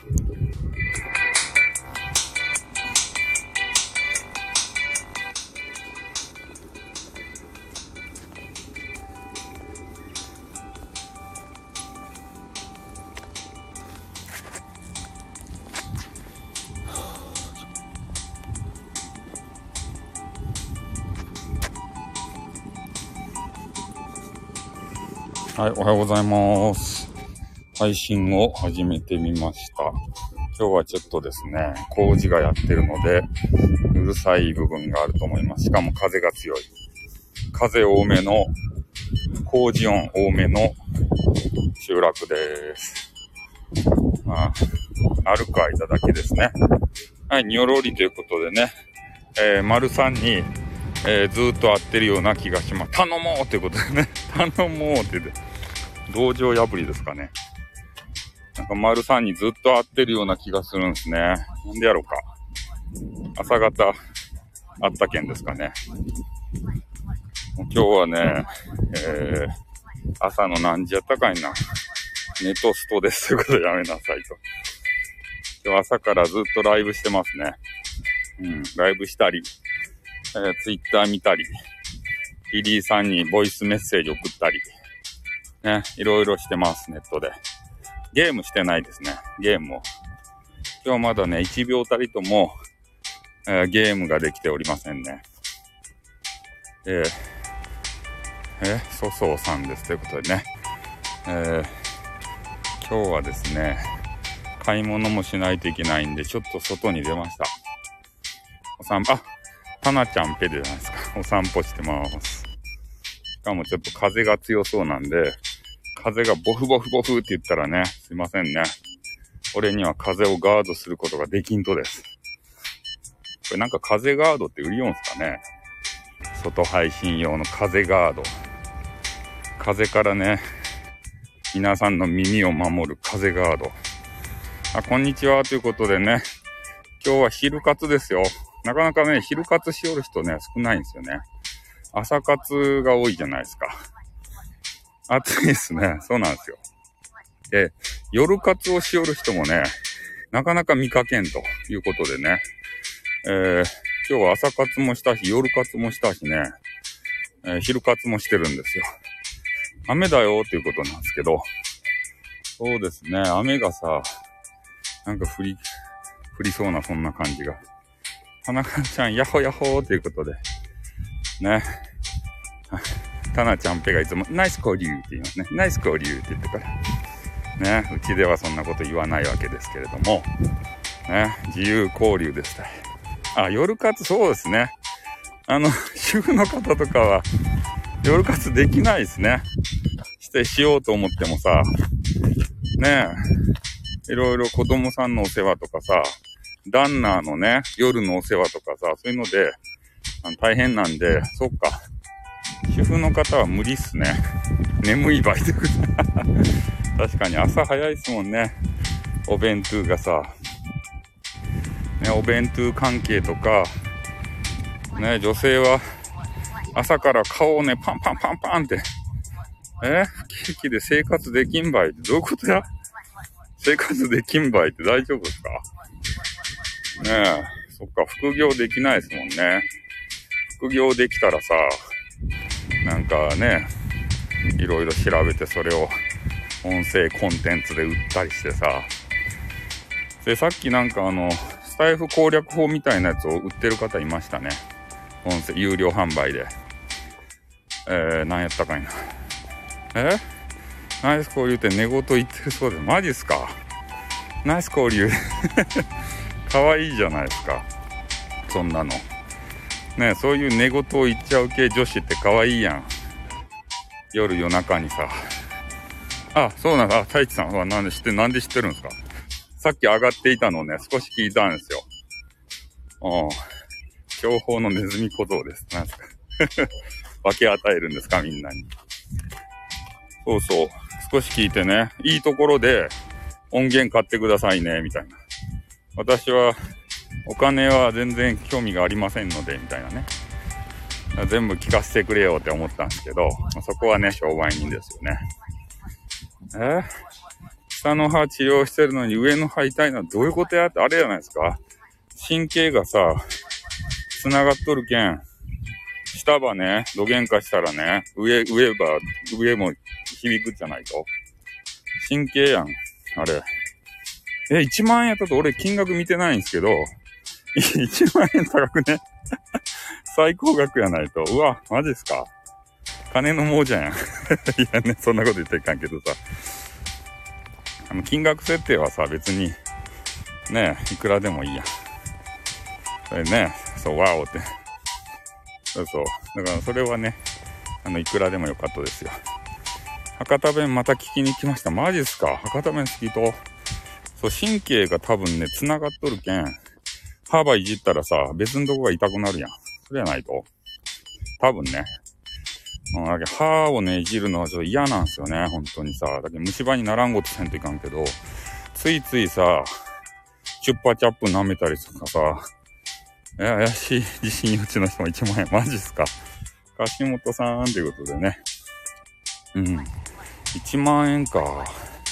はい、おはようございます。配信を始めてみました。今日はちょっとですね、工事がやってるので、うるさい部分があると思います。しかも風が強い。風多めの、工事音多めの集落です。まあ、歩く間だけですね。はい、にょろりということでね、丸さんに、ずっと会ってるような気がします。頼もうということでね、頼もうって言って、道場破りですかね。なんか丸さんにずっと会ってるような気がするんですね。なんでやろうか。朝方あったけんですかね。今日はね、朝の何時やったかいな。ネトストですということでやめなさいと。今日朝からずっとライブしてますね。ライブしたり、ツイッター見たり、リリーさんにボイスメッセージ送ったり、ね、いろいろしてます、ネットで。ゲームしてないですね、ゲームを。今日まだね、1秒たりとも、ゲームができておりませんね。粗相さんです。ということでね、今日はですね、買い物もしないといけないんで、ちょっと外に出ました。タナちゃんペでじゃないですか。お散歩してます。しかもちょっと風が強そうなんで、風がボフボフボフって言ったらね、すいませんね。俺には風をガードすることができんとです。これなんか風ガードって売りよんすかね。外配信用の風ガード。風からね、皆さんの耳を守る風ガード。こんにちはということでね、今日は昼活ですよ。なかなかね、昼活しよる人ね、少ないんですよね。朝活が多いじゃないですか。暑いですね。そうなんですよ。で、夜活をしよる人もね、なかなか見かけんということでね、今日は朝活もしたし、夜活もしたしね、昼活もしてるんですよ。雨だよっていうことなんですけど、そうですね、雨がさ、なんか降りそうなそんな感じが。田中ちゃん、ヤッホヤッホーということで、ね。タナちゃんペがいつもナイス交流って言いますね。ナイス交流って言ってから。ね。うちではそんなこと言わないわけですけれども。ね。自由交流でした。夜活、そうですね。主婦の方とかは、夜活できないですね。しようと思ってもさ、ねいろいろ子供さんのお世話とかさ、旦那のね、夜のお世話とかさ、そういうので、大変なんで、そっか。主婦の方は無理っすね。眠い場合で確かに朝早いっすもんね。お弁当がさ、ね、お弁当関係とか、ね、女性は朝から顔をね、パンパンパンパンって、不景気で生活できんばいってどういうことや？生活できんばいって大丈夫ですか？ねえ、そっか、副業できないですもんね。副業できたらさ、なんかね、いろいろ調べてそれを音声コンテンツで売ったりしてさ。で、さっきなんかスタイフ攻略法みたいなやつを売ってる方いましたね。音声、有料販売で。何やったかいな。ナイス交流って寝言言ってるそうです。マジっすか？ナイス交流。かわいいじゃないですか。そんなの。ね、そういう寝言を言っちゃう系女子ってかわいいやん。夜中にさ。そうなんだ。太一さんはなんで知ってるんですか？さっき上がっていたのをね、少し聞いたんですよ。情報のネズミ小僧です。なんですか分け与えるんですか、みんなに。そうそう。少し聞いてね、いいところで音源買ってくださいね、みたいな。私はお金は全然興味がありませんので、みたいなね。全部聞かせてくれよって思ったんですけど、そこはね、商売人ですよね。 下の歯治療してるのに上の歯痛いのはどういうことやって、あれじゃないですか。神経がさ、繋がっとるけん。下歯ね、どげんかしたらね、上も響くじゃないと。神経やん、あれ。1万円やったと俺金額見てないんですけど、1万円高くね。最高額やないと。うわ、マジっすか。金の亡者やん。いやね、そんなこと言っていかんけどさ。金額設定はさ、別に、ね、いくらでもいいやん。それね、そう、ワオって。そうそう。だからそれはね、いくらでもよかったですよ。博多弁また聞きに来ました。マジっすか。博多弁好きと。そう、神経が多分ね、繋がっとるけん、歯ばいじったらさ、別のとこが痛くなるやん。それやないと。多分ね。歯をね、いじるのはちょっと嫌なんですよね。本当にさ。だけど虫歯にならんことせんといかんけど、ついついさ、チュッパチャップ舐めたりとかさ、怪しい地震予知の人も1万円。マジっすか。樫本さんということでね。うん。1万円か。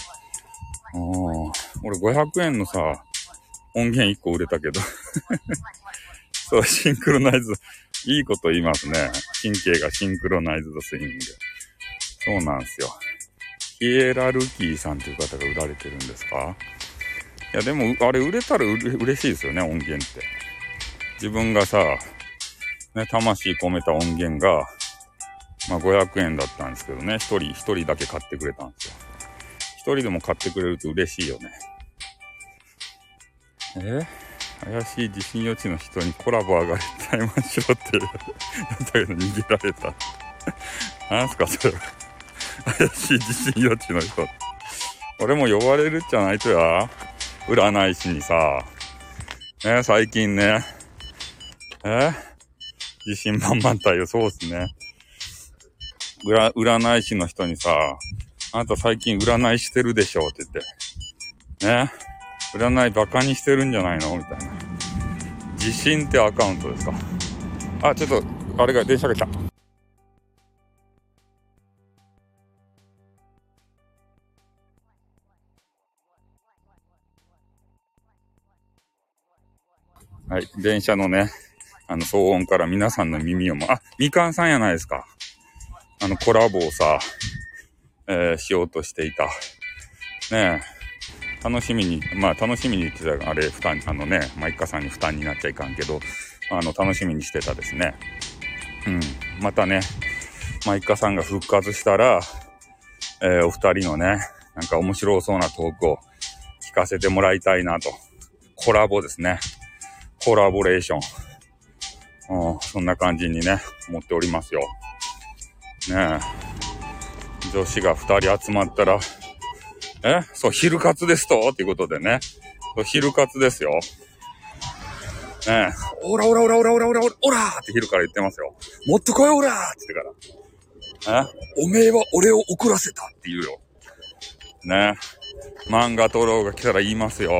俺500円のさ、音源1個売れたけど。そう、シンクロナイズ。いいこと言いますね。神経がシンクロナイズドスイングで。そうなんですよ。ヒエラルキーさんという方が売られてるんですか？いや、でも、あれ売れたら嬉しいですよね、音源って。自分がさ、ね、魂込めた音源が、500円だったんですけどね、一人だけ買ってくれたんですよ。一人でも買ってくれると嬉しいよね。怪しい地震予知の人にコラボ上がりタイマンしろってやったけど逃げられた。なんすかそれ。怪しい地震予知の人。俺も呼ばれるっちゃないとや。占い師にさ。最近ね。自信満々対応、そうっすね。占い師の人にさ、あなた最近占いしてるでしょって言って。占いバカにしてるんじゃないのみたいな。自信ってアカウントですか。あ、ちょっと、あれが電車が来た。はい、電車のね、騒音から皆さんの耳をみかんさんやないですか。コラボをさ、しようとしていた。ねえ、楽しみに言ってたら、あれ、一家さんに負担になっちゃいかんけど、楽しみにしてたですね。またね、一家さんが復活したら、お二人のね、なんか面白そうなトークを聞かせてもらいたいなと。コラボですね。コラボレーション。そんな感じにね、思っておりますよ。ねえ。女子が2人集まったら、そう、昼活ですとっていうことでね。昼活ですよ。ねえ。オラオラオラオラオラオラオラーって昼から言ってますよ。もっと来いオラーって言ってから。おめえは俺を怒らせたって言うよ。ねえ。漫画太郎が来たら言いますよ。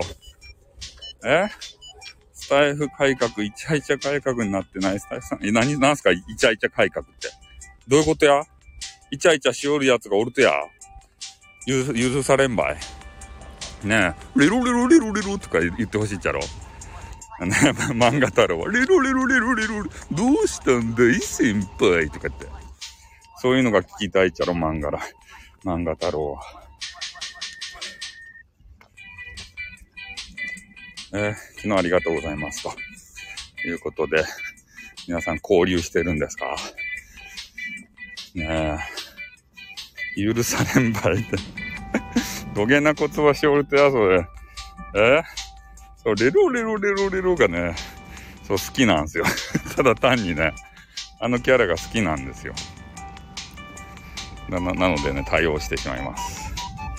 スタイフ改革、イチャイチャ改革になってないスタイフさん。なんすかイチャイチャ改革って。どういうことや？イチャイチャしおるやつがおるとや。許されんばい。ねえ。レロレロレロレロとか言ってほしいっちゃろ。ね漫画太郎は、レロレロレロレロ、どうしたんだい先輩とか言って。そういうのが聞きたいっちゃろ、漫画太郎は。昨日ありがとうございますということで、皆さん交流してるんですかねえ。許されんばいって。どげなことはしおるとや、それ。そう、レロレロレロレロがね、そう、好きなんですよ。ただ単にね、あのキャラが好きなんですよ。なのでね、対応してしまいます。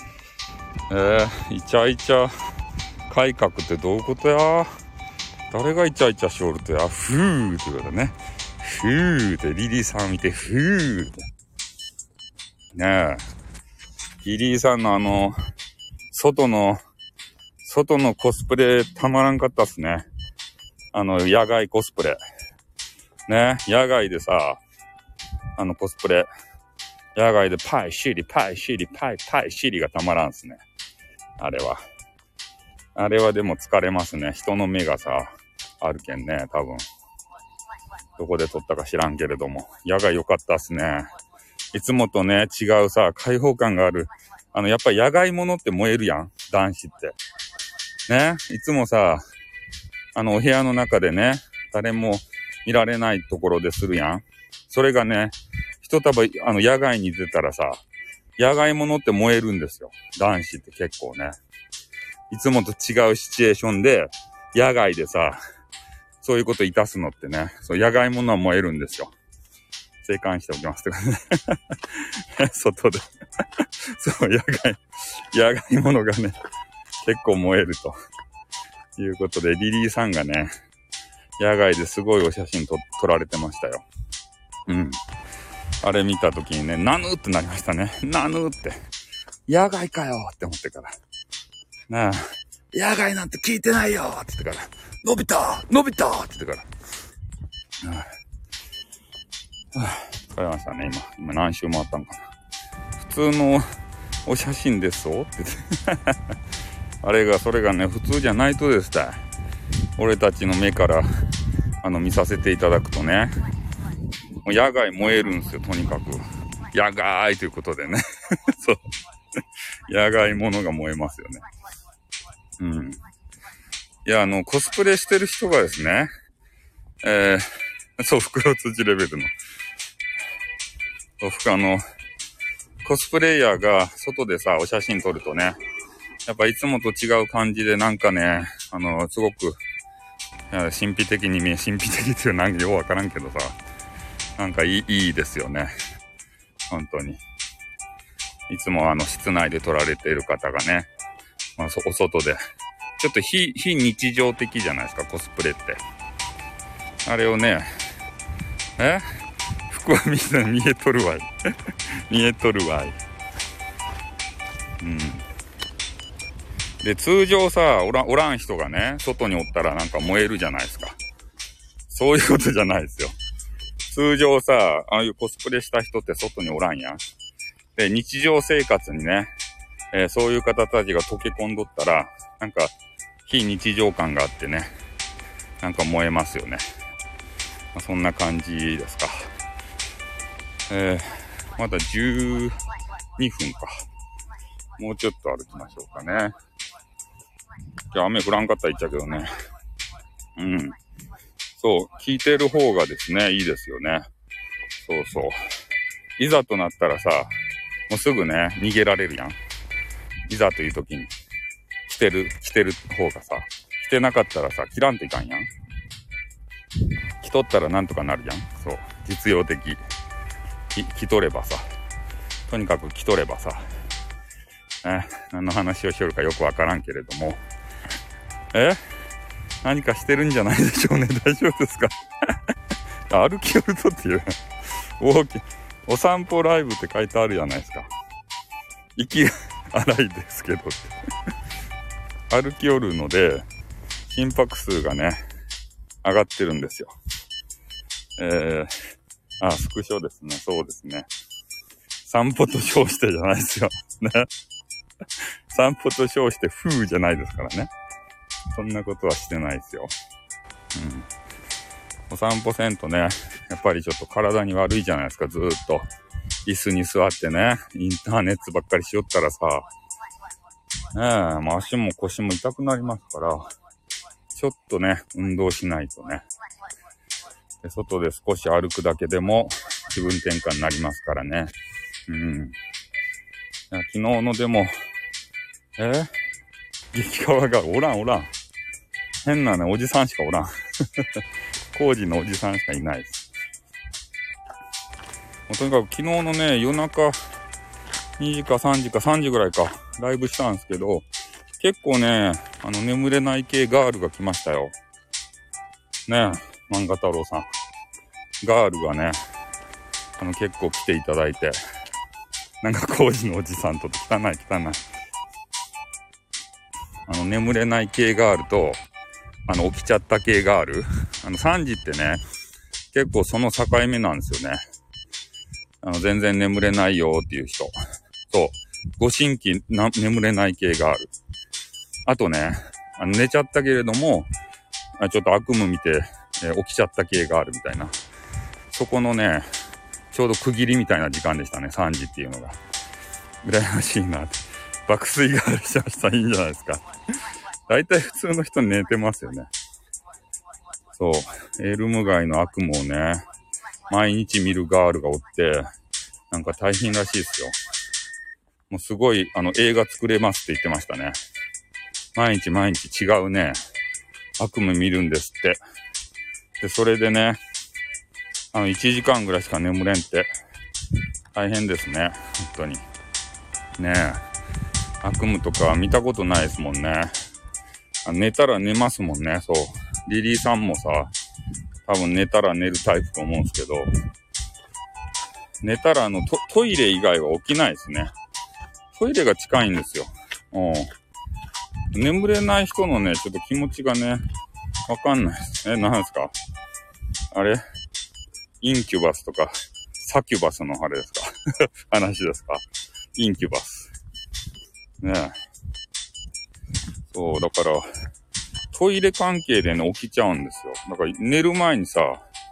イチャイチャ改革ってどういうことや？誰がイチャイチャしおるとや？ふーってことね。ふーってリリーさん見て、ふーって。ねえ。リリーさんの外のコスプレたまらんかったっすね。野外コスプレ。ね。野外でさ、コスプレ。野外でパイシリがたまらんっすね。 あれは。あれはでも疲れますね。人の目がさ、あるけんね、多分。どこで撮ったか知らんけれども。野外良かったっすね。いつもとね、違うさ、開放感がある。やっぱり野外物って燃えるやん。男子って。ね。いつもさ、お部屋の中でね、誰も見られないところでするやん。それがね、一束、野外に出たらさ、野外物って燃えるんですよ。男子って結構ね。いつもと違うシチュエーションで、野外でさ、そういうこといたすのってね、そう、野外物は燃えるんですよ。静観しておきますとかね。外で。そう、野外物がね、結構燃えるということで、リリーさんがね、野外ですごいお写真撮られてましたよ。うん。あれ見たときにね、なぬってなりましたね。なぬって。野外かよって思ってから。なあ、野外なんて聞いてないよって言ってから。伸びたって言ってから。疲れましたね、今何周回ったんかな。普通のお写真ですよって言って。それがね、普通じゃないとですた。俺たちの目から、見させていただくとね、もう野外燃えるんですよ、とにかく。野外ということでね。そう。野外ものが燃えますよね。うん。いや、コスプレしてる人がですね、そう、袋辻レベルの。コスプレイヤーが外でさ、お写真撮るとね、やっぱいつもと違う感じでなんかね、すごく、神秘的っていうなんかようわからんけどさ、なんかいいですよね。本当に。いつも室内で撮られている方がね、お外で、ちょっと非日常的じゃないですか、コスプレって。あれをね、服はみんな見えとるわい。見えとるわい。うん。で、通常さ、おらん人がね、外におったらなんか燃えるじゃないですか。そういうことじゃないですよ。通常さ、ああいうコスプレした人って外におらんやん。で、日常生活にね、そういう方たちが溶け込んどったら、なんか、非日常感があってね、なんか燃えますよね。そんな感じですか。まだ12分か。もうちょっと歩きましょうかね。今日雨降らんかったら言っちゃうけどね。うん。そう、聞いてる方がですね、いいですよね。そうそう。いざとなったらさ、もうすぐね、逃げられるやん。いざという時に。着てる方がさ、着てなかったらさ、着らんといかんやん。着とったらなんとかなるやん。そう。実用的。着とればさ。とにかく着とればさ。何の話をしよるかよくわからんけれども。何かしてるんじゃないでしょうね。大丈夫ですか歩き寄るとっていう。お散歩ライブって書いてあるじゃないですか。息荒いですけどって。歩き寄るので、心拍数がね、上がってるんですよ。スクショですね。そうですね。散歩と称してじゃないですよ。ね。散歩と称して風じゃないですからね。そんなことはしてないですよ。うん。お散歩せんとね、やっぱりちょっと体に悪いじゃないですか。ずーっと椅子に座ってね、インターネットばっかりしよったらさ、もう足も腰も痛くなりますから、ちょっとね、運動しないとね。で、外で少し歩くだけでも気分転換になりますからね。うん。昨日のでも、激川がおらん。変なね、おじさんしかおらん。工事のおじさんしかいないです。もうとにかく昨日のね、夜中2時か3時ぐらいか、ライブしたんですけど、結構ね、眠れない系ガールが来ましたよ。ねえ、漫画太郎さん。ガールがね、結構来ていただいて、なんか工事のおじさんと汚い。眠れない系ガールと、起きちゃった系ガール。3時ってね、結構その境目なんですよね。全然眠れないよっていう人。そう。 ご新規眠れない系がある。あとね、寝ちゃったけれども、ちょっと悪夢見て、起きちゃった系があるみたいな。そこのね、ちょうど区切りみたいな時間でしたね、3時っていうのが。羨ましいなって。爆睡がある人はしたらいいんじゃないですか。大体普通の人寝てますよね。そう。エルム街の悪夢をね、毎日見るガールがおって、なんか大変らしいですよ。もうすごい、映画作れますって言ってましたね。毎日違うね、悪夢見るんですって。で、それでね、1時間ぐらいしか眠れんって。大変ですね。本当に。ねえ。悪夢とか見たことないですもんね。寝たら寝ますもんね。そう。リリーさんもさ、多分寝たら寝るタイプと思うんですけど、寝たらトイレ以外は起きないですね。トイレが近いんですよ。眠れない人のね、ちょっと気持ちがね、わかんないです。何ですか？あれ？インキュバスとか、サキュバスのあれですか話ですか？インキュバス。ねえ。そう、だから、トイレ関係でね、起きちゃうんですよ。だから寝る前にさ、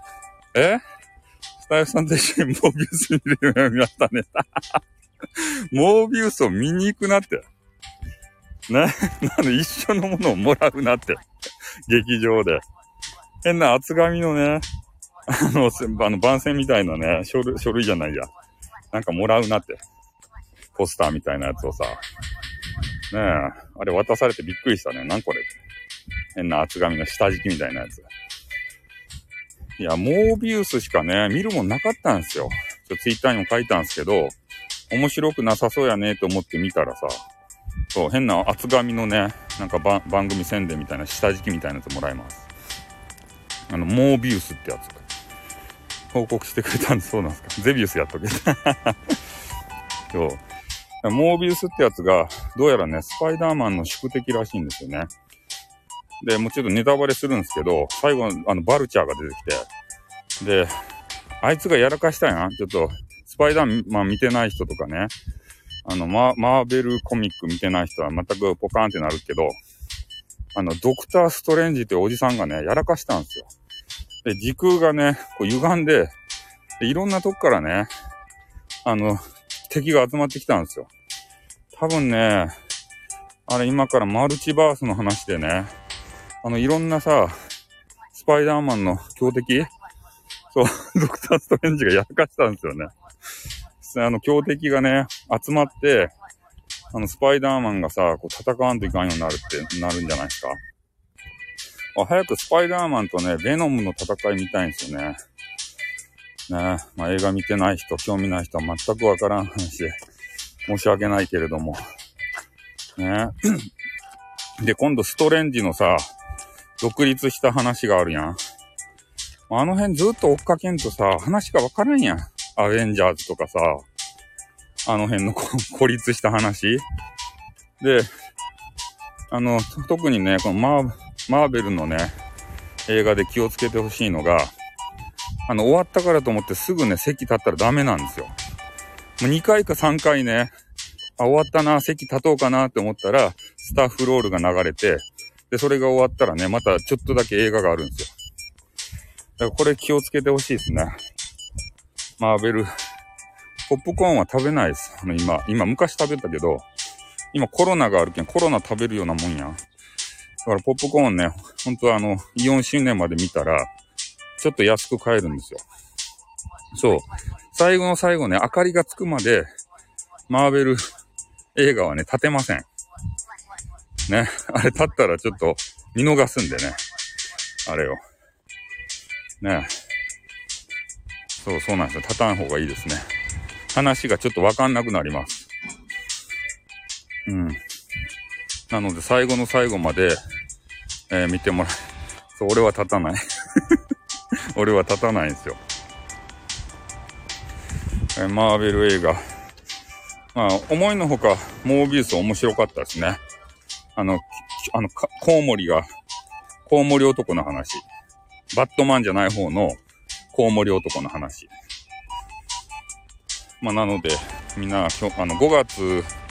スタイフさんと一緒にモービウス見るようになったね。モービウスを見に行くなって。ね。一緒のものをもらうなって。劇場で。変な厚紙のね、番宣みたいなね、書類じゃないや。なんかもらうなって。ポスターみたいなやつをさ。ねえ、あれ渡されてびっくりしたね。なんこれって。変な厚紙の下敷きみたいなやつ。いや、モービウスしかね、見るもんなかったんですよ。ツイッターにも書いたんですけど、面白くなさそうやねと思って見たらさ、そう、変な厚紙のね、なんか番組宣伝みたいな下敷きみたいなやつもらえます。モービウスってやつ。報告してくれたんで、そうなんですか。ゼビウスやっとけ。そう。モービウスってやつが、どうやらね、スパイダーマンの宿敵らしいんですよね。で、もうちょっとネタバレするんですけど、最後、バルチャーが出てきて、で、あいつがやらかしたやん。ちょっと、スパイダーマン見てない人とかね、マーベルコミック見てない人は全くポカーンってなるけど、ドクターストレンジっておじさんがね、やらかしたんですよ。で、時空がね、こう歪んで、いろんなとこからね、敵が集まってきたんですよ。多分ね、あれ今からマルチバースの話でね、いろんなさ、スパイダーマンの強敵そう、ドクターストレンジがやらかしたんですよね。強敵がね、集まって、スパイダーマンがさ、こう戦わんといかんようになるってなるんじゃないですか。早くスパイダーマンとね、ベノムの戦い見たいんですよね。ね、まあ映画見てない人、興味ない人は全くわからん話で、申し訳ないけれども。ね。で、今度ストレンジのさ、独立した話があるやん。あの辺ずっと追っかけんとさ、話がわからんやん。アベンジャーズとかさ、あの辺の孤立した話。で、特にね、このマーベルのね、映画で気をつけてほしいのが、終わったからと思ってすぐね、席立ったらダメなんですよ。もう2回か3回ね、終わったな、席立とうかなって思ったら、スタッフロールが流れて、で、それが終わったらね、またちょっとだけ映画があるんですよ。だからこれ気をつけてほしいですね。マーベル。ポップコーンは食べないです。今昔食べたけど、今コロナがあるけん、コロナ食べるようなもんやん。だからポップコーンね、本当はイオン新年まで見たら、ちょっと安く買えるんですよ。そう。最後の最後ね、明かりがつくまで、マーベル映画はね、立てません。ね。あれ立ったらちょっと見逃すんでね。あれを。ね。そうなんですよ。立たん方がいいですね。話がちょっとわかんなくなります。うん。なので最後の最後まで、見てもらそう、俺は立たない。俺は立たないんですよ。マーベル映画。まあ、思いのほか、モービウス面白かったですね。コウモリ男の話。バットマンじゃない方のコウモリ男の話。まあ、なので、みんな、5月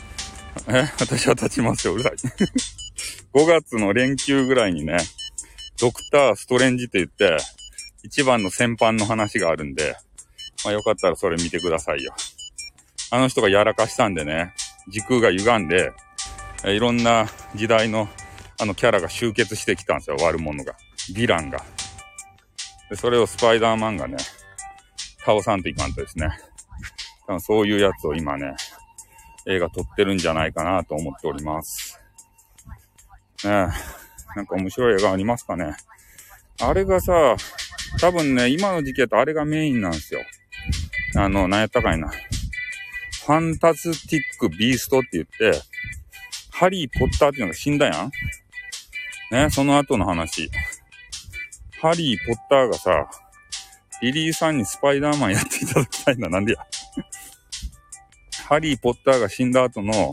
私は立ちますよ、うるさい。5月の連休ぐらいにね、ドクターストレンジって言って、一番の戦犯の話があるんで、まあよかったらそれ見てくださいよ。あの人がやらかしたんでね、時空が歪んで、いろんな時代のキャラが集結してきたんですよ、悪者が。ヴィランが。で、それをスパイダーマンがね、倒さんといかんとですね。多分そういうやつを今ね、映画撮ってるんじゃないかなと思っております。ねえ。なんか面白い映画ありますかね。あれがさ、多分ね、今の時期だとあれがメインなんですよ。何やったかいな。ファンタスティック・ビーストって言って、ハリー・ポッターっていうのが死んだやんね、その後の話。ハリー・ポッターがさ、リリーさんにスパイダーマンやっていただきたいな。なんでや。ハリー・ポッターが死んだ後の、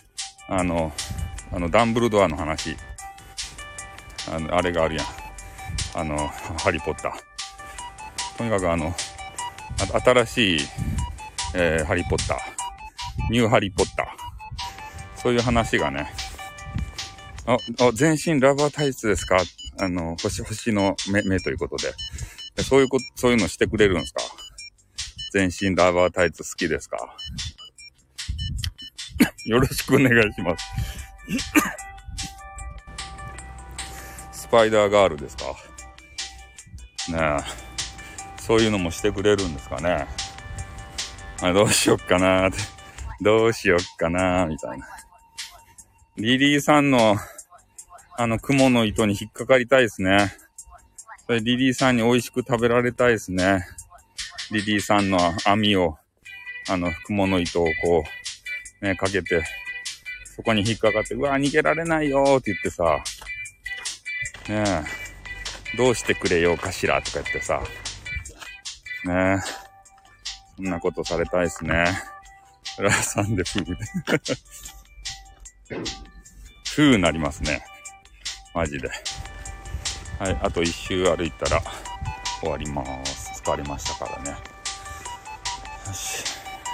ダンブルドアの話。あれがあるやん。ハリー・ポッター。とにかく新しい、ハリー・ポッター。ニューハリー・ポッター。そういう話がね。全身ラバータイツですか？星の目ということで。そういうのしてくれるんですか？全身ラバータイツ好きですか？よろしくお願いします。スパイダーガールですかねえ。そういうのもしてくれるんですかね。どうしよっかなーって。どうしよっかなーみたいな。リリーさんの雲の糸に引っかかりたいですね。それリリーさんに美味しく食べられたいですね。リリーさんの網を、雲の糸をこう、ね、かけて、そこに引っかかって、うわ、逃げられないよーって言ってさ、ねえ、どうしてくれようかしらとか言ってさ、ねえ、そんなことされたいですね。ラーさんで風で。風になりますね。マジで。はい、あと一周歩いたら終わります。疲れましたからね。よし。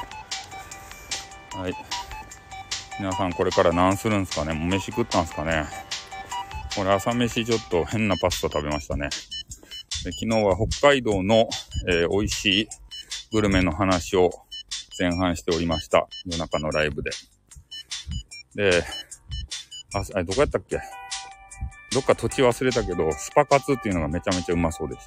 はい。皆さんこれから何するんですかね。もう飯食ったんですかね。俺朝飯ちょっと変なパスタ食べましたね。で、昨日は北海道の、美味しいグルメの話を前半しておりました。夜中のライブで。で、どこやったっけ？どっか土地忘れたけど、スパカツっていうのがめちゃめちゃうまそうでした。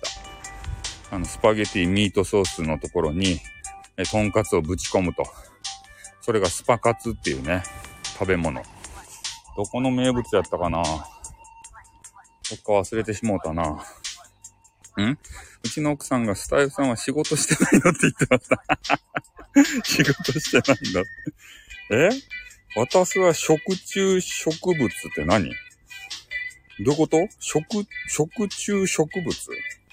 スパゲティミートソースのところに、とんかつをぶち込むと。それがスパカツっていうね、食べ物。どこの名物やったかな？どっか忘れてしもうたな。うちの奥さんがスタイフさんは仕事してないのって言ってました。仕事してないんだ。私は食虫植物って何？どういうこと？食虫植物？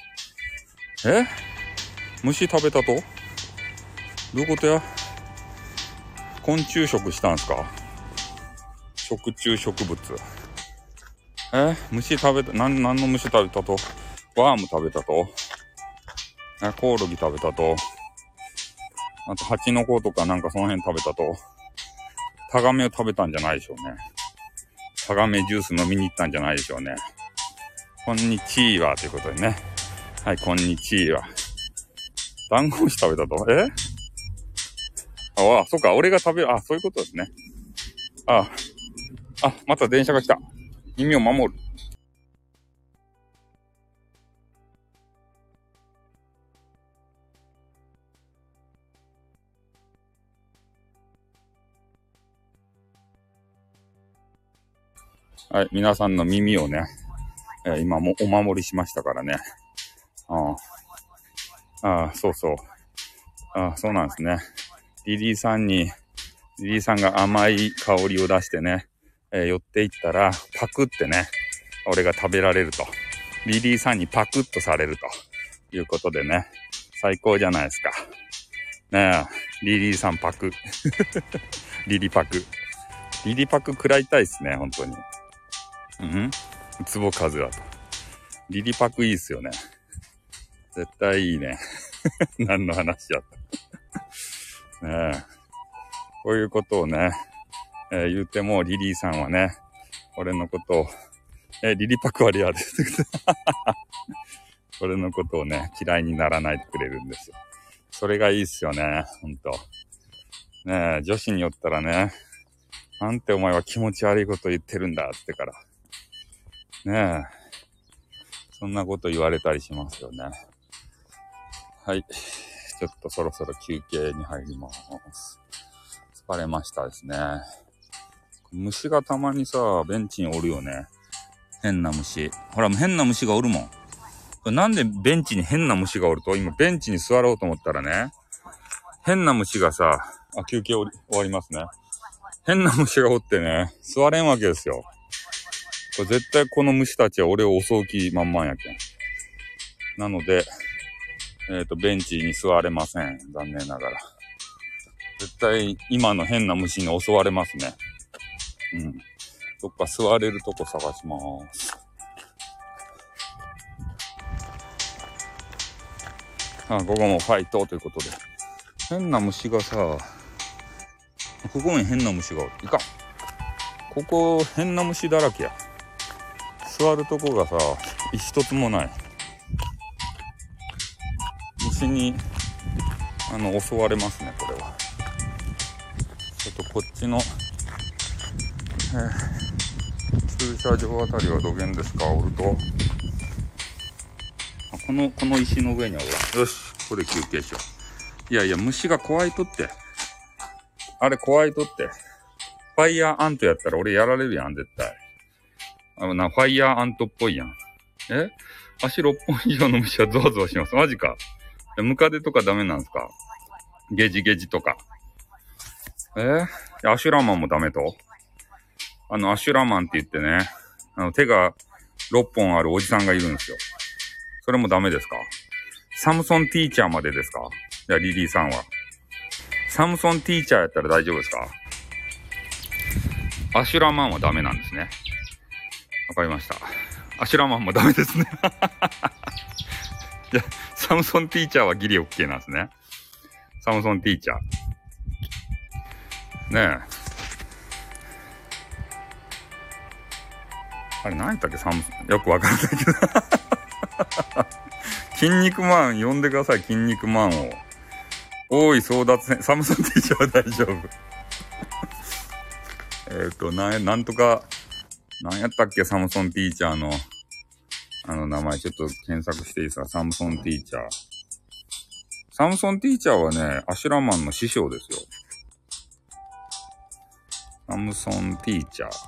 虫食べたと？どういうことや？昆虫食したんすか？食虫植物。虫食べた、何の虫食べたと？ワーム食べたと？コオロギ食べたと？あと、蜂の子とかなんかその辺食べたと？タガメを食べたんじゃないでしょうね。タガメジュース飲みに行ったんじゃないでしょうね。こんにちはということでね。はい、こんにちは。ダンゴムシ食べたと？そっか、俺が食べる、そういうことですね。また電車が来た。耳を守る。はい、皆さんの耳をね、今もお守りしましたからね。そうそう。そうなんですね。リリーさんが甘い香りを出してね、寄っていったら、パクってね、俺が食べられると。リリーさんにパクッとされるということでね、最高じゃないですか。ねえ、リリーさんパク。リリパク。リリパク食らいたいっすね、本当に。壺数だと。リリパクいいっすよね。絶対いいね。何の話やった。ねえ。こういうことをね、 言ってもリリーさんはね、俺のことを、リリパクはレアです。俺のことをね、嫌いにならないでくれるんですよ。それがいいっすよね、ほんと。ねえ、女子によったらね、なんてお前は気持ち悪いこと言ってるんだってから。ねえ、そんなこと言われたりしますよね。はい。ちょっとそろそろ休憩に入ります。疲れましたですね。虫がたまにさ、ベンチにおるよね。変な虫。ほら、変な虫がおるもん。なんでベンチに変な虫がおると、今ベンチに座ろうと思ったらね、変な虫がさ、休憩終わりますね。変な虫がおってね、座れんわけですよ。これ絶対この虫たちは俺を襲う気満々やけん。なので、ベンチに座れません。残念ながら。絶対今の変な虫に襲われますね。うん。どっか座れるとこ探します。ここもファイトということで。変な虫がさ、ここに変な虫がおる。いかん。ここ変な虫だらけや。座るとこがさ、一つもない。虫に、襲われますね、これは。ちょっとこっちの、駐車場あたりはどげんですか、おると。この石の上にはおる。よし、これ休憩しよう。いやいや、虫が怖いとって。あれ怖いとって。ファイヤーアントやったら俺やられるやん、絶対。ファイヤーアントっぽいやん。足6本以上の虫はゾワゾワします。マジか。ムカデとかダメなんですか？ゲジゲジとか。アシュラマンもダメと？アシュラマンって言ってね、手が6本あるおじさんがいるんですよ。それもダメですか？サムソンティーチャーまでですか？いや、リリーさんは。サムソンティーチャーやったら大丈夫ですか？アシュラマンはダメなんですね。わかりました。アシュラマンもダメですね。いや、サムソンティーチャーはギリ OK なんですね。サムソンティーチャー。ねえ。あれ何やったっけ、よくわからないけど。筋肉マン呼んでください、筋肉マンを。おい、争奪戦。サムソンティーチャーは大丈夫。なんとか、何やったっけ、サムソンティーチャーの、名前ちょっと検索していいですか？サムソンティーチャー。サムソンティーチャーはね、アシュラマンの師匠ですよ。サムソンティーチャー。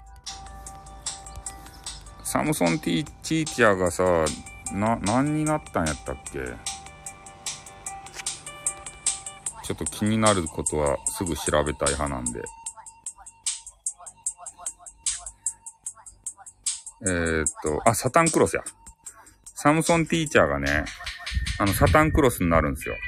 サムソンティーチャーがさ、何になったんやったっけ？ちょっと気になることはすぐ調べたい派なんで。サタンクロスや。サムソンティーチャーがね、サタンクロスになるんですよ。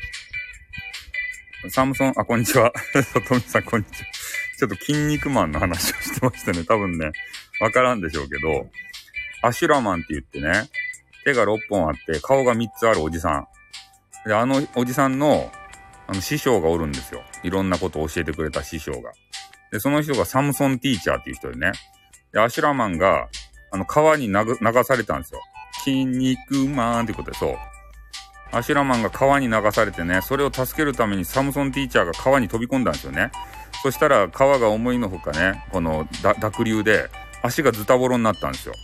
こんにちは。トミさん、こんにちは。ちょっと筋肉マンの話をしてましたね。多分ね、わからんでしょうけど、アシュラマンって言ってね、手が6本あって、顔が3つあるおじさん。で、おじさんの、師匠がおるんですよ。いろんなことを教えてくれた師匠が。で、その人がサムソンティーチャーっていう人でね。で、アシュラマンが、川に流されたんですよ。筋肉マンってことで、そう。アシュラマンが川に流されてね、それを助けるためにサムソンティーチャーが川に飛び込んだんですよね。そしたら川が思いのほかね、この濁流で足がズタボロになったんですよ。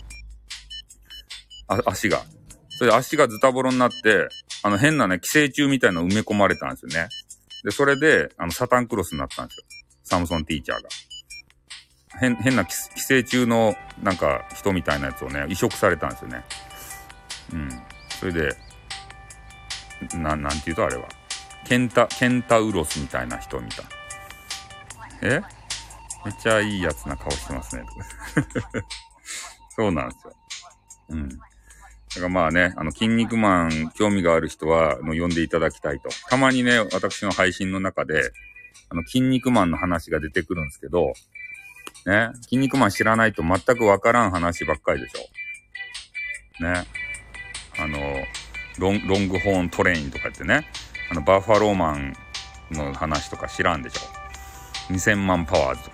足が。それで足がズタボロになって、変なね、寄生虫みたいなの埋め込まれたんですよね。で、それで、サタンクロスになったんですよ。サムソンティーチャーが。変な寄生虫の、なんか、人みたいなやつをね、移植されたんですよね。うん。それで、なんて言うとあれは。ケンタウロスみたいな人みたい。めっちゃいいやつな顔してますね。そうなんですよ。うん。だからまあね、筋肉マン興味がある人は、呼んでいただきたいと。たまにね、私の配信の中で、筋肉マンの話が出てくるんですけど、ね、筋肉マン知らないと全くわからん話ばっかりでしょ。ね。ロングホーントレインとかってね、バッファローマンの話とか知らんでしょ。2000万パワーズとかね、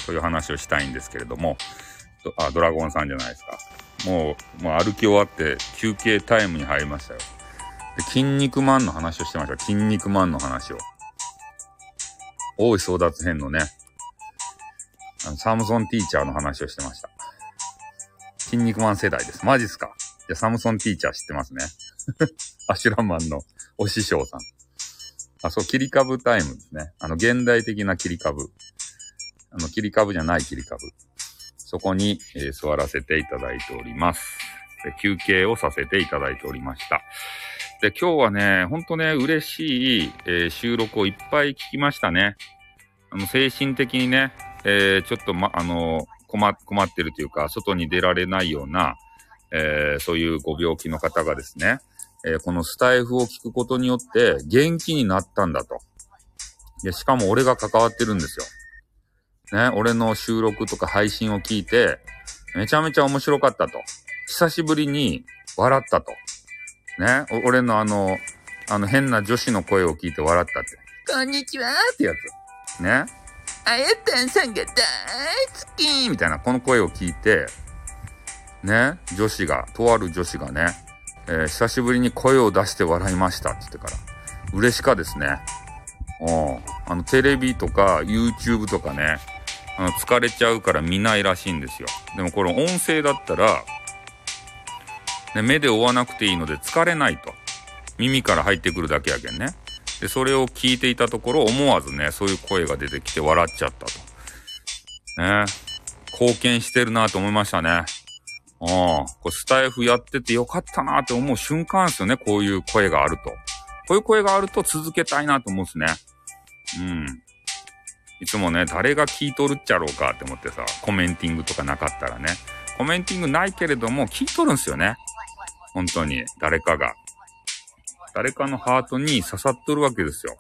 そういう話をしたいんですけれども、ドラゴンさんじゃないですか。もう歩き終わって休憩タイムに入りましたよ。で、筋肉マンの話をしてました。筋肉マンの話を。大井争奪編のね、サムソンティーチャーの話をしてました。筋肉マン世代です。マジっすか？じゃあサムソンティーチャー知ってますね。アシュラマンのお師匠さん。そう、切り株タイムですね。現代的な切り株。切り株じゃない切り株。そこに、座らせていただいております。で、休憩をさせていただいておりました。で、今日はね、ほんとね、嬉しい、収録をいっぱい聞きましたね。精神的にね、ちょっと困ってるというか、外に出られないような、そういうご病気の方がですね、このスタイフを聞くことによって元気になったんだと。で、しかも俺が関わってるんですよ。ね、俺の収録とか配信を聞いて、めちゃめちゃ面白かったと。久しぶりに笑ったと。ね、俺の変な女子の声を聞いて笑ったって。こんにちはーってやつ。ね。あやたんさんが大好きみたいな、この声を聞いて、ね、とある女子がね、久しぶりに声を出して笑いましたって言ってから、嬉しかですね。テレビとか YouTube とかね、疲れちゃうから見ないらしいんですよ。でもこれ音声だったら、ね、目で追わなくていいので疲れないと。耳から入ってくるだけやけんね。で、それを聞いていたところ、思わずね、そういう声が出てきて笑っちゃったと。ね。貢献してるなと思いましたね。これスタイフやっててよかったなって思う瞬間ですよね。こういう声があると。こういう声があると続けたいなと思うんですね。いつもね、誰が聞いとるっちゃろうかって思ってさ、コメンティングとかなかったらね。コメンティングないけれども、聞いとるんすよね。本当に。誰かのハートに刺さっとるわけですよ。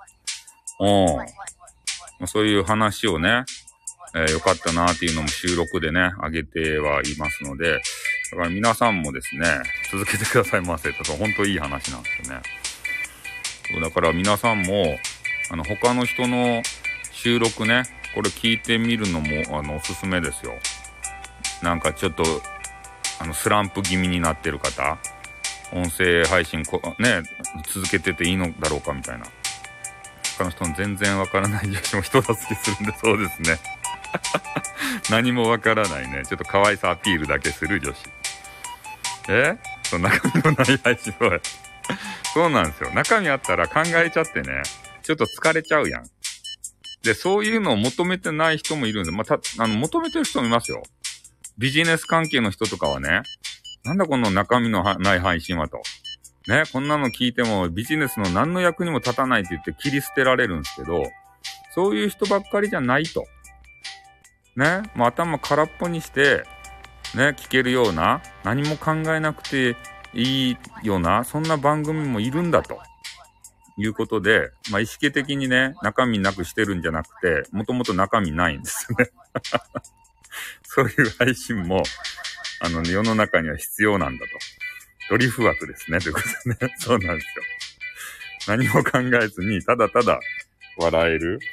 そういう話をね、よかったなっていうのも収録でね、上げてはいますので、だから皆さんもですね、続けてくださいませと、本当いい話なんですよね。だから皆さんも、他の人の収録ね、これ聞いてみるのも、おすすめですよ。なんかちょっと、スランプ気味になってる方、音声配信ね、続けてていいのだろうかみたいな。他の人の全然わからない女子も人助けするんで、そうですね。何もわからないね。ちょっと可愛さアピールだけする女子。その中身のない配信は。そうなんですよ。中身あったら考えちゃってね、ちょっと疲れちゃうやん。で、そういうのを求めてない人もいるんで、求めてる人もいますよ。ビジネス関係の人とかはね、なんだこの中身のない配信はと。ね、こんなの聞いてもビジネスの何の役にも立たないって言って切り捨てられるんですけど、そういう人ばっかりじゃないと。ね、頭空っぽにして、ね、聞けるような、何も考えなくていいような、そんな番組もいるんだと。いうことで、意識的にね、中身なくしてるんじゃなくて、もともと中身ないんですよね。そういう配信も、世の中には必要なんだと。ドリフ枠ですね、ということでね。そうなんですよ。何も考えずに、ただただ笑える。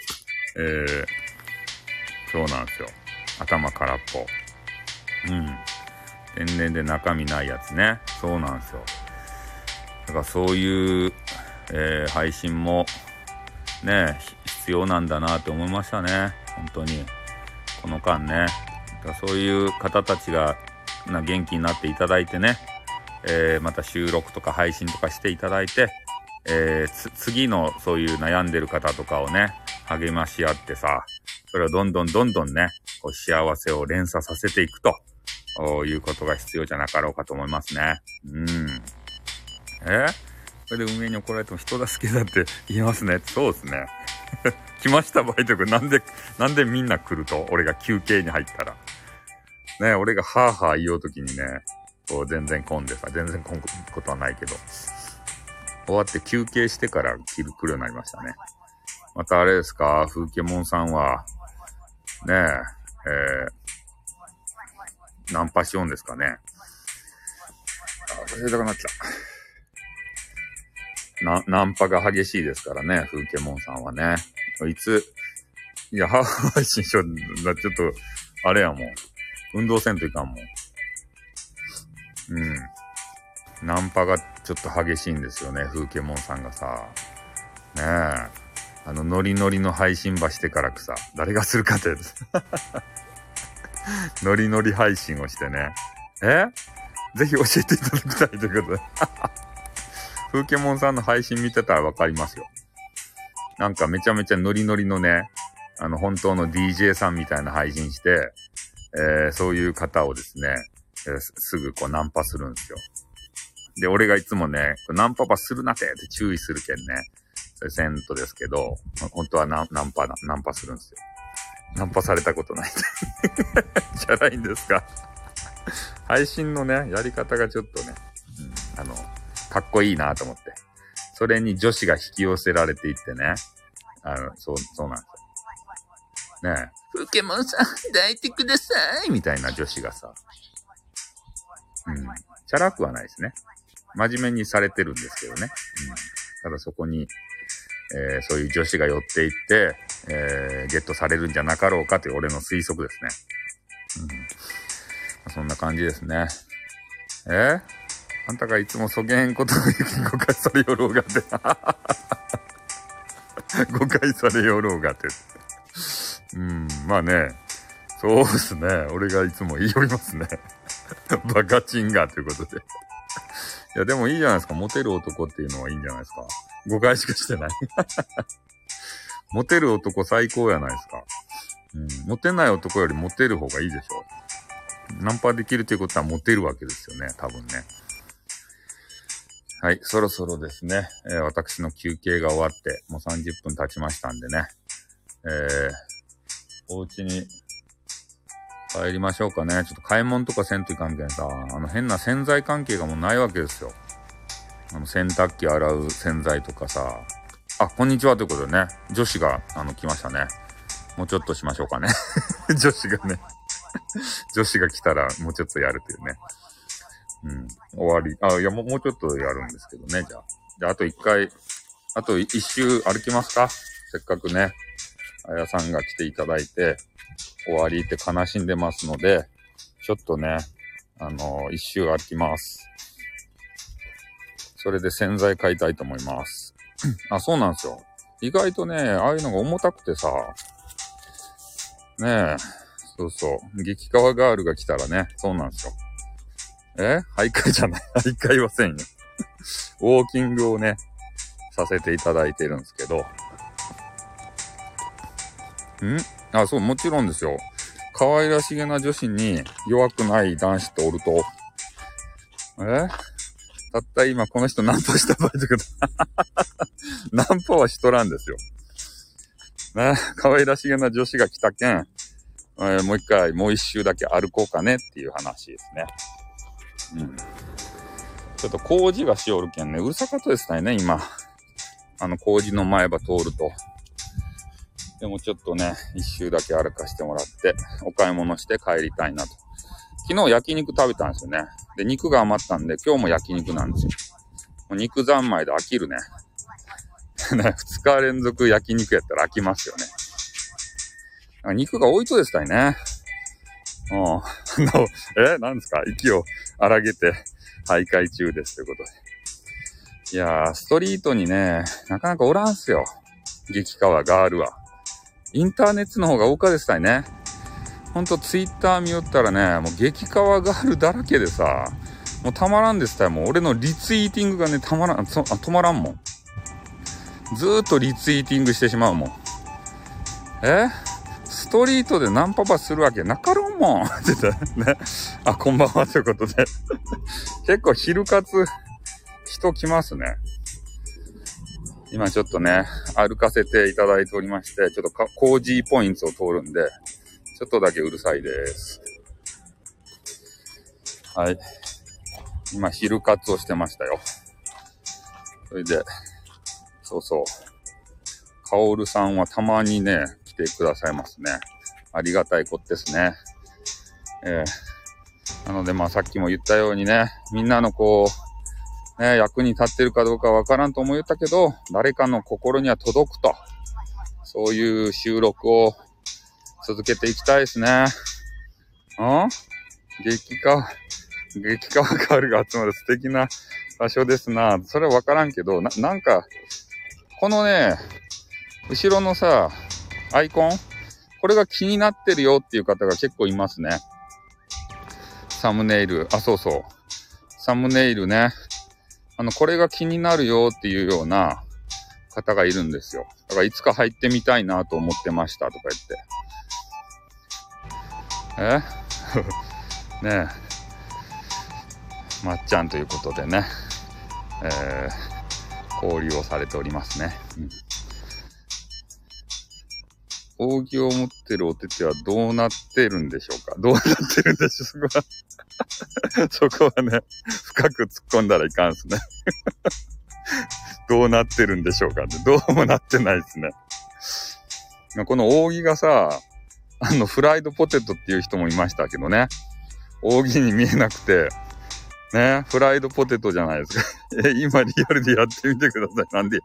そうなんですよ。頭空っぽ。天然で中身ないやつね。そうなんですよ。だからそういう、配信もね、必要なんだなって思いましたね。本当に。この間ね。だからそういう方たちが元気になっていただいてね、また収録とか配信とかしていただいて、次のそういう悩んでる方とかをね、励まし合ってさ、それをどんどんね、こう幸せを連鎖させていくということが必要じゃなかろうかと思いますね。それで運営に怒られても人助けだって言いますね。そうですね。来ました場合とかなんでみんな来ると、俺が休憩に入ったら。ね、俺がハーハー言おうときにね、こう全然混んでさ、全然混むことはないけど、終わって休憩してから来るようになりましたね。またあれですか、風景モンさんは、ねナンパしようんですかね。忘れたくなっちゃう。ナンパが激しいですからね、風景モンさんはね。 いや、配信しよう。ちょっと、あれやもん。運動せんといかんもん。ナンパがちょっと激しいんですよね、風景モンさんがさ。ねえ。ノリノリの配信場してからくさ、誰がするかって。ノリノリ配信をしてね。ぜひ教えていただきたいということで。風景モンさんの配信見てたらわかりますよ。なんかめちゃめちゃノリノリのね、本当の DJ さんみたいな配信して、そういう方をですね、すぐこうナンパするんですよ。で、俺がいつもね、ナンパするなって注意するけんね。それセントですけど、本当はナンパするんですよ。ナンパされたことない。じゃないんですか。配信のね、やり方がちょっとね、かっこいいなと思って。それに女子が引き寄せられていってね。そうなんですよ。ねえ、風景モンさん、抱いてくださいみたいな女子がさ。チャラくはないですね。真面目にされてるんですけどね。ただそこに、そういう女子が寄っていって、ゲットされるんじゃなかろうかという俺の推測ですね。そんな感じですね。あんたがいつもそげんことを誤解されよろうがって。誤解されよろうがって。まあね。そうですね。俺がいつも言いよりますね。バカチンガということで。いや、でもいいじゃないですか。モテる男っていうのはいいんじゃないですか。誤解しかしてない。モテる男最高やないですか。モテない男よりモテる方がいいでしょ。ナンパできるということはモテるわけですよね。多分ね。はい、そろそろですね、私の休憩が終わって、もう30分経ちましたんでね、お家に帰りましょうかね。ちょっと買い物とかせんといかんけんさ、変な洗剤関係がもうないわけですよ。洗濯機洗う洗剤とかさ、こんにちはということでね、女子が、来ましたね。もうちょっとしましょうかね。女子がね、女子が来たらもうちょっとやるというね。終わり。いや、もうちょっとやるんですけどね、じゃあ。あと一周歩きますか？せっかくね、あやさんが来ていただいて、終わりって悲しんでますので、ちょっとね、一周歩きます。それで洗剤買いたいと思います。そうなんですよ。意外とね、ああいうのが重たくてさ、ねえ、そうそう、激川ガールが来たらね、そうなんですよ。徘徊じゃない。徘徊はせんよ。ウォーキングをね、させていただいてるんですけど。そう、もちろんですよ。可愛らしげな女子に弱くない男子っておると。たった今この人ナンパした場合とか、ナンパはしとらんですよ。ね、可愛らしげな女子が来たけん、もう一周だけ歩こうかねっていう話ですね。ちょっと工事がしおるけんね、うるさかったですね、今。工事の前歯通ると。でもちょっとね、一周だけ歩かしてもらって、お買い物して帰りたいなと。昨日焼肉食べたんですよね。で、肉が余ったんで、今日も焼肉なんですよ。もう肉三昧で飽きるね。2日連続焼肉やったら飽きますよね。肉が多いとですたいね。何ですか？息を荒げて徘徊中ですということで。いやー、ストリートにね、なかなかおらんすよ。激川ガールは。インターネットの方が多かですたいね。ほんとツイッター見よったらね、もう激川ガールだらけでさ、もうたまらんですたよ。もう俺のリツイーティングがね、止まらんもん。ずーっとリツイーティングしてしまうもん。ストリートでナンパするわけなかろうもんって言ってね。こんばんはということで。結構昼活人来ますね。今ちょっとね、歩かせていただいておりまして、ちょっとコージーポイントを通るんで、ちょっとだけうるさいです。はい。今昼活をしてましたよ。それで、そうそう。カオルさんはたまにね、来てくださいますね。ありがたいことですね。なのでさっきも言ったようにね、みんなの役に立ってるかどうかわからんと思ったけど、誰かの心には届くと。 そういう収録を続けていきたいですね。激川ガールが集まる素敵な場所ですな。それはわからんけど、なんか、このね、後ろのさ、アイコンこれが気になってるよっていう方が結構いますね。サムネイル。そうそう。サムネイルね。これが気になるよっていうような方がいるんですよ。だからいつか入ってみたいなと思ってましたとか言って。ねえ。まっちゃんということでね。交流をされておりますね。扇を持ってるお手手はどうなってるんでしょうか。どうなってるんでしょうか。そこはね、深く突っ込んだらいかんすね。どうなってるんでしょうかって。どうもなってないですね。この扇がさ、フライドポテトっていう人もいましたけどね。扇に見えなくて、ね、フライドポテトじゃないですか。今リアルでやってみてください。なんでや。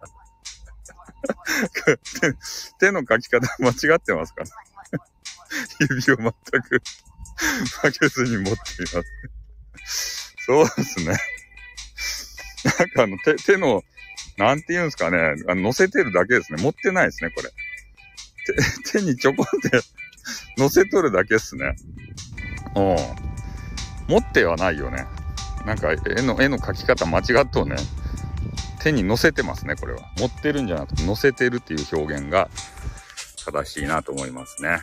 手の書き方間違ってますか？指を全く曲げずに持っています。そうですね。なんか手の、なんて言うんですかね。乗せてるだけですね。持ってないですね、これ。手にちょこって乗せとるだけですね。持ってはないよね。なんか絵の描き方間違っとうね。手に乗せてますね、これは。持ってるんじゃなくて乗せてるっていう表現が正しいなと思いますね。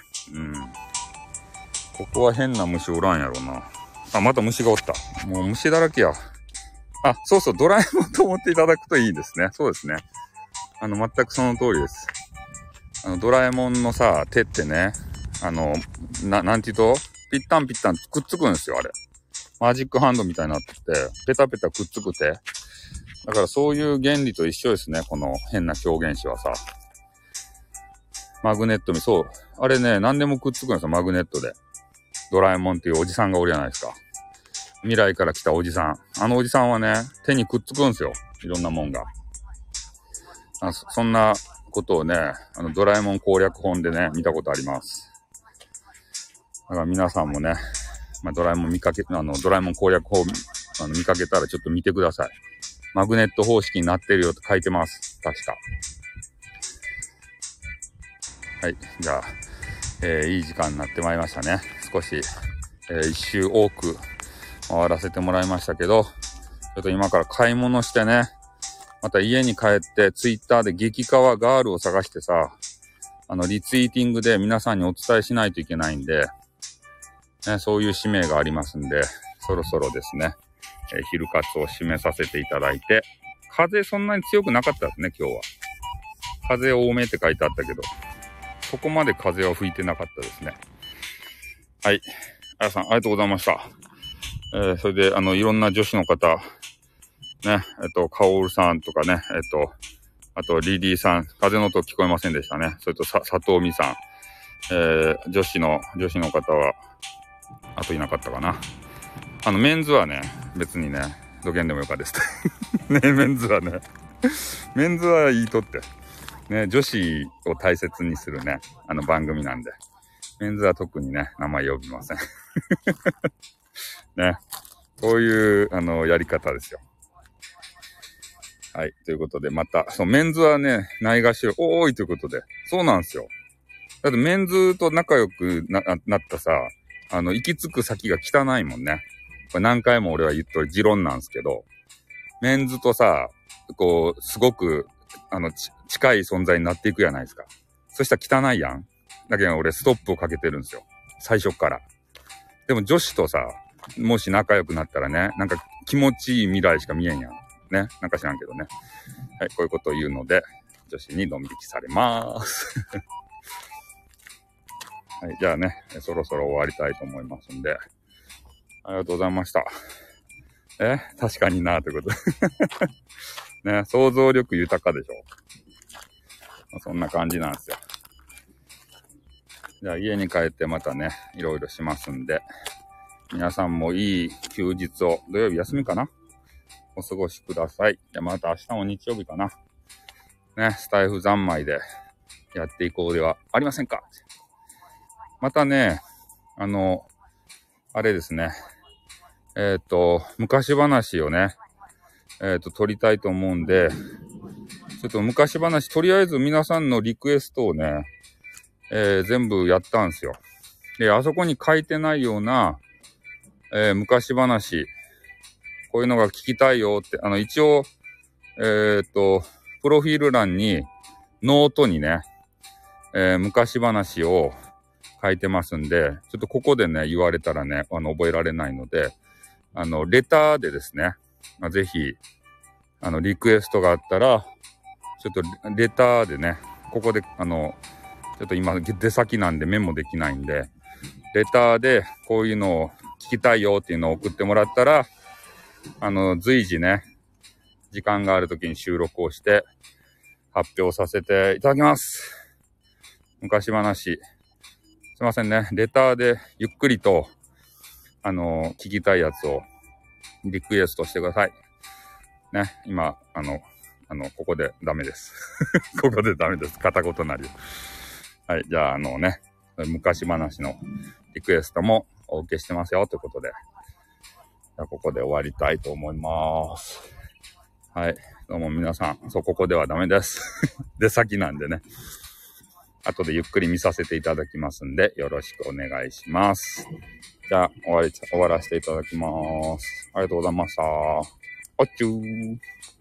ここは変な虫おらんやろな。また虫がおった。もう虫だらけや。そうそう、ドラえもんと思っていただくといいですね。そうですね。全くその通りです。ドラえもんのさ、手ってね、なんて言うと、ピッタンピッタンくっつくんですよ、あれ。マジックハンドみたいになってて、ペタペタくっつく手。だからそういう原理と一緒ですね、この変な表現詞はさ。マグネットに、そう。あれね、何でもくっつくんですよ、マグネットで。ドラえもんっていうおじさんがおるじゃないですか。未来から来たおじさん。おじさんはね、手にくっつくんですよ。いろんなもんが。そんなことをね、ドラえもん攻略本でね、見たことあります。だから皆さんもね、ドラえもんドラえもん攻略法見かけたらちょっと見てください。マグネット方式になってるよと書いてます。確か。はい。じゃあ、いい時間になってまいりましたね。少し、一周多く回らせてもらいましたけど、ちょっと今から買い物してね、また家に帰ってツイッターで激カワガールを探してさ、リツイーティングで皆さんにお伝えしないといけないんで、ね、そういう使命がありますんで、そろそろですね、昼活を締めさせていただいて、風そんなに強くなかったですね、今日は。風多めって書いてあったけど、そこまで風は吹いてなかったですね。はい。あやさん、ありがとうございました。それで、いろんな女子の方、ね、カオルさんとかね、あと、リリーさん、風の音聞こえませんでしたね。それと、佐藤美さん、女子の方は、あといなかったかな。メンズはね、別にね、どげんでもよかです。ね、メンズはね、メンズはいいとって。ね、女子を大切にするね、番組なんで。メンズは特にね、名前呼びません。ね、こういう、やり方ですよ。はい。ということで、また、メンズはね、ないがしろ、多いということで。そうなんですよ。だってメンズと仲良く なったさ、行き着く先が汚いもんね。これ何回も俺は言っとる持論なんですけど、メンズとさ、こう、すごく、近い存在になっていくじゃないですか。そしたら汚いやん。だけど俺ストップをかけてるんですよ。最初から。でも女子とさ、もし仲良くなったらね、なんか気持ちいい未来しか見えんやん。ね。なんか知らんけどね。はい、こういうことを言うので、女子にドン引きされます。はい、じゃあね、そろそろ終わりたいと思いますんで、ありがとうございました。確かになーということで。ね、想像力豊かでしょ。そんな感じなんですよ。じゃあ家に帰ってまたね、いろいろしますんで、皆さんもいい休日を、土曜日休みかな？お過ごしください。じゃあまた明日も日曜日かな。ね、スタイフ三昧でやっていこうではありませんか。またね、あれですね。昔話をね、撮りたいと思うんで、ちょっと昔話、とりあえず皆さんのリクエストをね、全部やったんですよ。で、あそこに書いてないような、昔話、こういうのが聞きたいよって、一応、プロフィール欄に、ノートにね、昔話を書いてますんで、ちょっとここでね、言われたらね、覚えられないので、レターでですね、ぜひ、リクエストがあったら、ちょっとレターでね、ここで、ちょっと今、出先なんでメモできないんで、レターでこういうのを聞きたいよっていうのを送ってもらったら、随時ね、時間がある時に収録をして発表させていただきます。昔話。すいませんね。レターでゆっくりと、聞きたいやつをリクエストしてください。ね、今、ここでダメです。ここでダメです。片言なり。はい、じゃあ、ね、昔話のリクエストもお受けしてますよということで、じゃあここで終わりたいと思います。はい、どうも皆さん、ここではダメです。出先なんでね、後でゆっくり見させていただきますんで、よろしくお願いします。じゃあ、終わらせていただきます。ありがとうございました。おっちゅー。